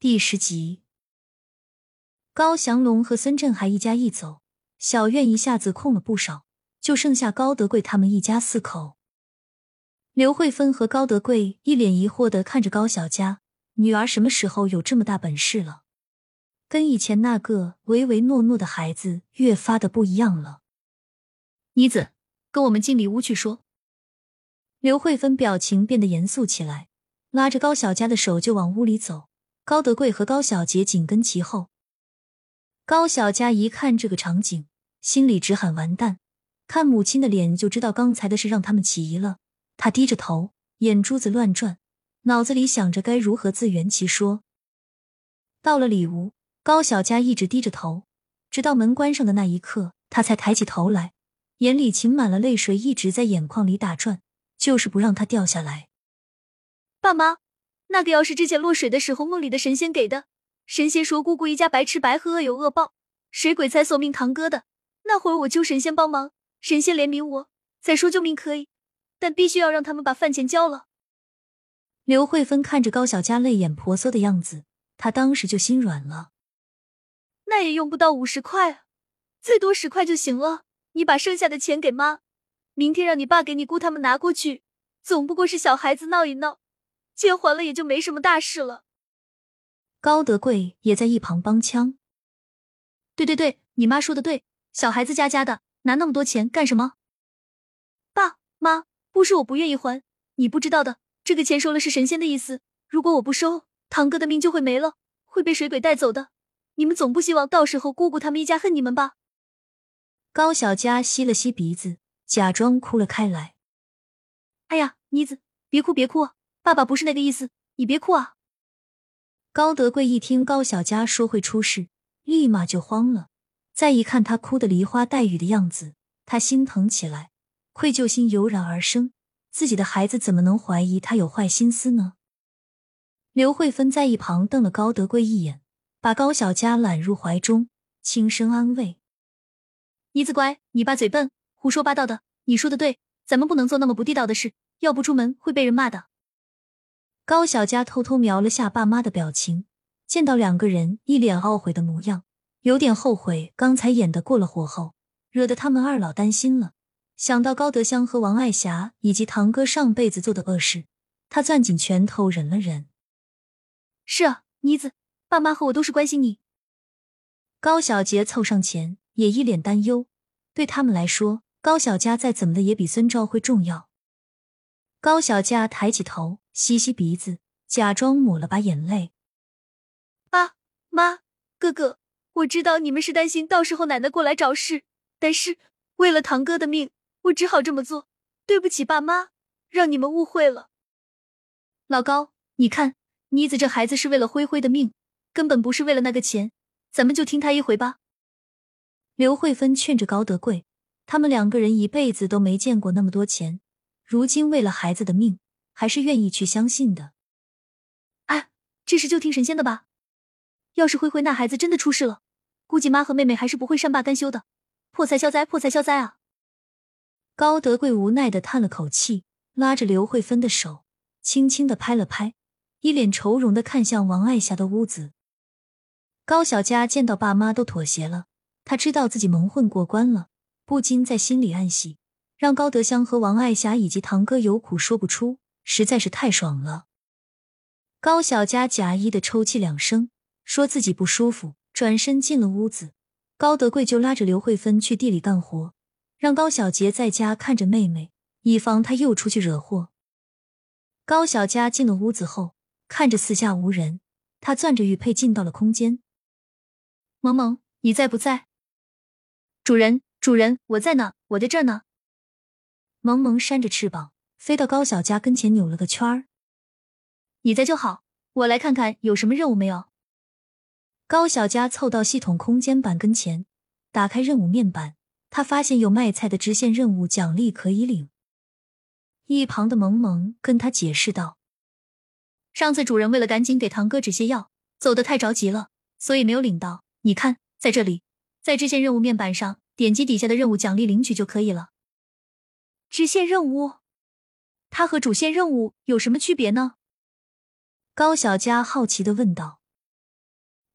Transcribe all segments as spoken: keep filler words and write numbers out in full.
第十集。高翔龙和孙振海一家一走，小院一下子空了不少，就剩下高德贵他们一家四口。刘慧芬和高德贵一脸疑惑地看着高小佳，女儿什么时候有这么大本事了？跟以前那个唯唯诺诺的孩子越发的不一样了。 妮子，跟我们进里屋去说。 刘慧芬表情变得严肃起来，拉着高小佳的手就往屋里走，高德贵和高小杰紧跟其后。高小佳一看这个场景，心里直喊完蛋，看母亲的脸就知道刚才的事让他们起疑了。她低着头，眼珠子乱转，脑子里想着该如何自圆其说。到了里屋，高小佳一直低着头，直到门关上的那一刻，她才抬起头来，眼里噙满了泪水，一直在眼眶里打转，就是不让它掉下来。 爸妈，那个药是之前落水的时候梦里的神仙给的，神仙说姑姑一家白吃白喝恶有恶报，水鬼才索命堂哥的。那会儿我求神仙帮忙，神仙怜悯我，再说救命可以，但必须要让他们把饭钱交了。 刘慧芬看着高小佳泪眼婆娑的样子，她当时就心软了。 那也用不到五十块啊，最多十块就行了，你把剩下的钱给妈，明天让你爸给你姑他们拿过去，总不过是小孩子闹一闹，钱还了也就没什么大事了。 高德贵也在一旁帮腔。 对对对，你妈说的对，小孩子家家的，拿那么多钱干什么？爸妈，不是我不愿意还，你不知道的，这个钱收了是神仙的意思，如果我不收，堂哥的命就会没了，会被水鬼带走的。你们总不希望到时候姑姑他们一家恨你们吧？ 高小佳吸了吸鼻子，假装哭了开来。 哎呀，妮子，别哭别哭啊，爸爸不是那个意思，你别哭啊。 高德贵一听高小佳说会出事，立马就慌了，再一看她哭得梨花带雨的样子，他心疼起来，愧疚心油然而生，自己的孩子怎么能怀疑他有坏心思呢？刘慧芬在一旁瞪了高德贵一眼，把高小佳揽入怀中，轻声安慰。 妮子乖，你爸嘴笨，胡说八道的，你说的对，咱们不能做那么不地道的事，要不出门会被人骂的。 高小佳偷偷瞄了下爸妈的表情，见到两个人一脸懊悔的模样，有点后悔刚才演得过了火候，惹得他们二老担心了。想到高德香和王爱霞以及堂哥上辈子做的恶事，他攥紧拳头忍了忍。 是啊，妮子，爸妈和我都是关心你。 高小杰凑上前，也一脸担忧，对他们来说，高小佳再怎么的也比孙兆辉重要。高小佳抬起头，吸吸鼻子，假装抹了把眼泪。 爸妈哥哥，我知道你们是担心到时候奶奶过来找事，但是为了堂哥的命，我只好这么做，对不起爸妈，让你们误会了。老高，你看妮子这孩子是为了辉辉的命，根本不是为了那个钱，咱们就听他一回吧。 刘慧芬劝着高德贵，他们两个人一辈子都没见过那么多钱，如今为了孩子的命，还是愿意去相信的。 哎，这事就听神仙的吧。要是辉辉那孩子真的出事了，估计妈和妹妹还是不会善罢甘休的，破财消灾，破财消灾啊。 高德贵无奈地叹了口气，拉着刘慧芬的手，轻轻地拍了拍，一脸愁容地看向王爱霞的屋子。高小佳见到爸妈都妥协了，他知道自己蒙混过关了，不禁在心里暗喜，让高德香和王爱霞以及堂哥有苦说不出，实在是太爽了。高小佳假意地抽泣两声，说自己不舒服，转身进了屋子。高德贵就拉着刘慧芬去地里干活，让高小杰在家看着妹妹，以防她又出去惹祸。高小佳进了屋子后，看着四下无人，她攥着玉佩进到了空间。 萌萌，你在不在？主人，主人，我在呢，我在这儿呢。 萌萌扇着翅膀，飞到高小佳跟前扭了个圈儿。 你在就好，我来看看有什么任务没有。 高小佳凑到系统空间板跟前，打开任务面板，他发现有卖菜的支线任务奖励可以领。一旁的萌萌跟他解释道， 上次主人为了赶紧给堂哥止泻药，走得太着急了，所以没有领到。你看，在这里，在支线任务面板上，点击底下的任务奖励领取就可以了。支线任务？它和主线任务有什么区别呢？ 高小佳好奇地问道。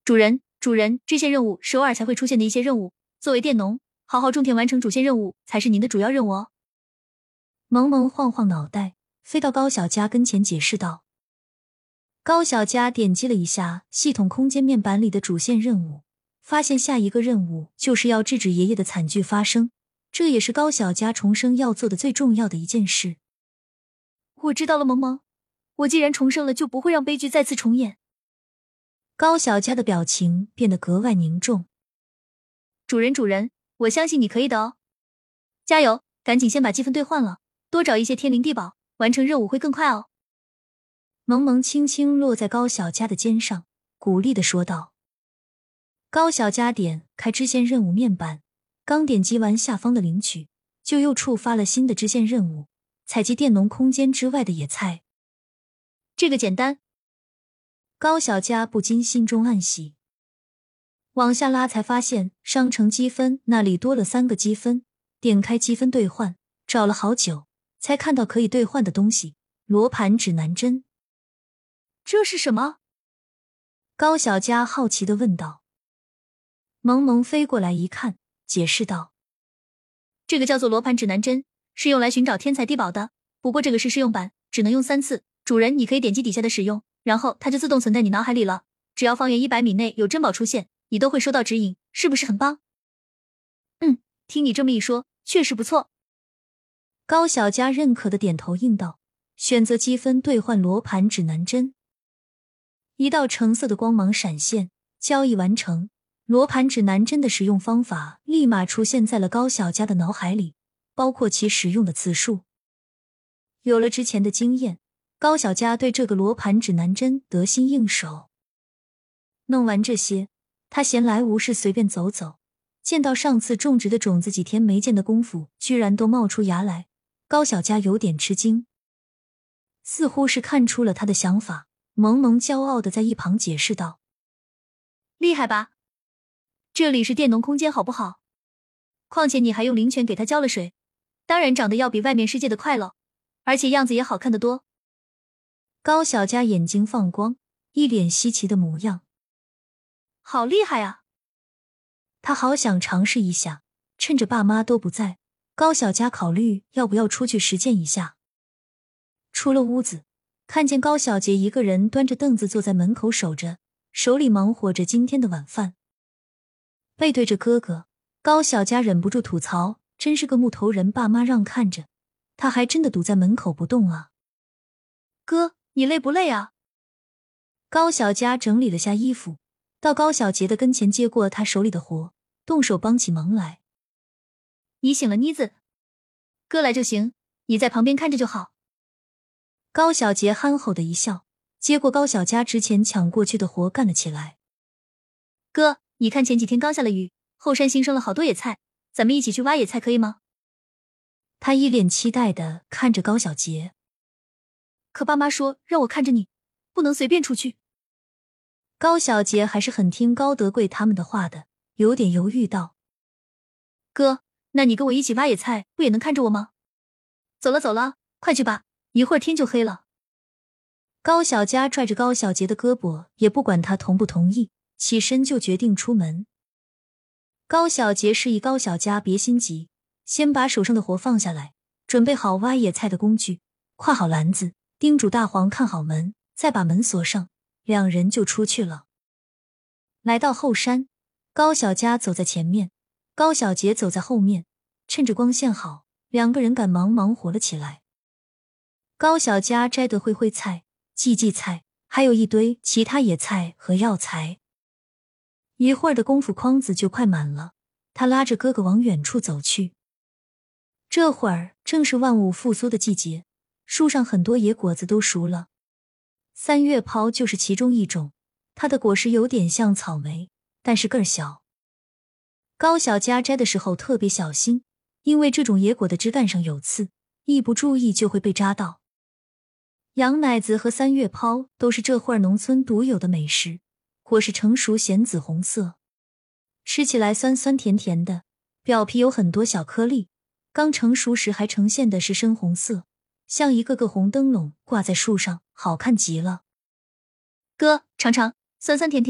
主人，主人，支线任务是偶尔才会出现的一些任务，作为佃农，好好种田完成主线任务才是您的主要任务哦。 萌萌晃晃脑袋，飞到高小佳跟前解释道。高小佳点击了一下系统空间面板里的主线任务，发现下一个任务就是要制止爷爷的惨剧发生，这也是高小佳重生要做的最重要的一件事。 我知道了，萌萌，我既然重生了，就不会让悲剧再次重演。 高小佳的表情变得格外凝重。 主人，主人，我相信你可以的哦，加油，赶紧先把积分兑换了，多找一些天灵地宝，完成任务会更快哦。 萌萌轻轻落在高小佳的肩上，鼓励地说道。高小佳点开支线任务面板，刚点击完下方的领取，就又触发了新的支线任务，采集佃农空间之外的野菜。 这个简单。 高小佳不禁心中暗喜。往下拉才发现商城积分那里多了三个积分，点开积分兑换，找了好久才看到可以兑换的东西，罗盘指南针。 这是什么？ 高小佳好奇地问道。萌萌飞过来一看，解释道。 这个叫做罗盘指南针，是用来寻找天才地宝的，不过这个是试用版，只能用三次，主人你可以点击底下的使用，然后它就自动存在你脑海里了，只要方圆一百米内有珍宝出现，你都会收到指引，是不是很棒？嗯，听你这么一说，确实不错。 高小佳认可的点头应道，选择积分兑换罗盘指南针。一道橙色的光芒闪现，交易完成，罗盘指南针的使用方法立马出现在了高小佳的脑海里，包括其使用的次数。有了之前的经验，高小佳对这个罗盘指南针得心应手。弄完这些，他闲来无事随便走走，见到上次种植的种子几天没见的功夫居然都冒出芽来，高小佳有点吃惊。似乎是看出了他的想法，萌萌骄傲地在一旁解释道。 厉害吧？这里是佃农空间好不好？况且你还用灵泉给它浇了水，当然长得要比外面世界的快了，而且样子也好看得多。 高小佳眼睛放光，一脸稀奇的模样。 好厉害啊！ 他好想尝试一下，趁着爸妈都不在，高小佳考虑要不要出去实践一下。出了屋子，看见高小杰一个人端着凳子坐在门口守着，手里忙活着今天的晚饭。背对着哥哥，高小佳忍不住吐槽，真是个木头人，爸妈让看着，他还真的堵在门口不动啊。 哥，你累不累啊？ 高小佳整理了下衣服，到高小杰的跟前接过他手里的活，动手帮起忙来。 你醒了妮子，哥来就行，你在旁边看着就好。 高小杰憨厚的一笑，接过高小佳之前抢过去的活干了起来。 哥，你看前几天刚下了雨，后山新生了好多野菜，咱们一起去挖野菜可以吗？ 他一脸期待地看着高小杰。 可爸妈说让我看着你，不能随便出去。 高小杰还是很听高德贵他们的话的，有点犹豫道。 哥，那你跟我一起挖野菜，不也能看着我吗？走了走了，快去吧，一会儿天就黑了。 高小佳拽着高小杰的胳膊，也不管他同不同意，起身就决定出门。高小杰示意高小佳别心急，先把手上的活放下来，准备好挖野菜的工具，挎好篮子，叮嘱大黄看好门，再把门锁上，两人就出去了。来到后山，高小佳走在前面，高小杰走在后面，趁着光线好，两个人赶忙忙活了起来。高小佳摘得灰灰菜、荠荠菜，还有一堆其他野菜和药材。一会儿的功夫，筐子就快满了，他拉着哥哥往远处走去。这会儿正是万物复苏的季节，树上很多野果子都熟了。三月抛就是其中一种，它的果实有点像草莓，但是个儿小。高小佳摘的时候特别小心，因为这种野果的枝干上有刺，一不注意就会被扎到。羊奶子和三月抛都是这会儿农村独有的美食，果实成熟显紫红色，吃起来酸酸甜甜的，表皮有很多小颗粒，刚成熟时还呈现的是深红色，像一个个红灯笼挂在树上，好看极了。 哥，尝尝，酸酸甜甜的，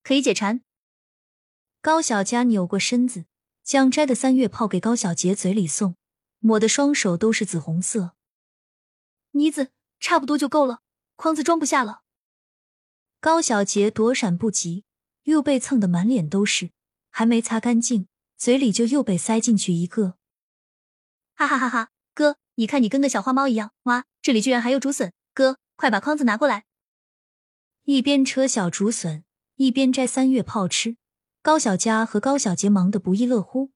可以解馋。 高小佳扭过身子，将摘的三月炮给高小杰嘴里送，抹得双手都是紫红色。 妮子，差不多就够了，筐子装不下了。 高小杰躲闪不及，又被蹭得满脸都是，还没擦干净，嘴里就又被塞进去一个。 哈哈哈哈，哥，你看你跟个小花猫一样，哇，这里居然还有竹笋，哥，快把筐子拿过来。 一边扯小竹笋，一边摘三月炮吃，高小佳和高小杰忙得不亦乐乎。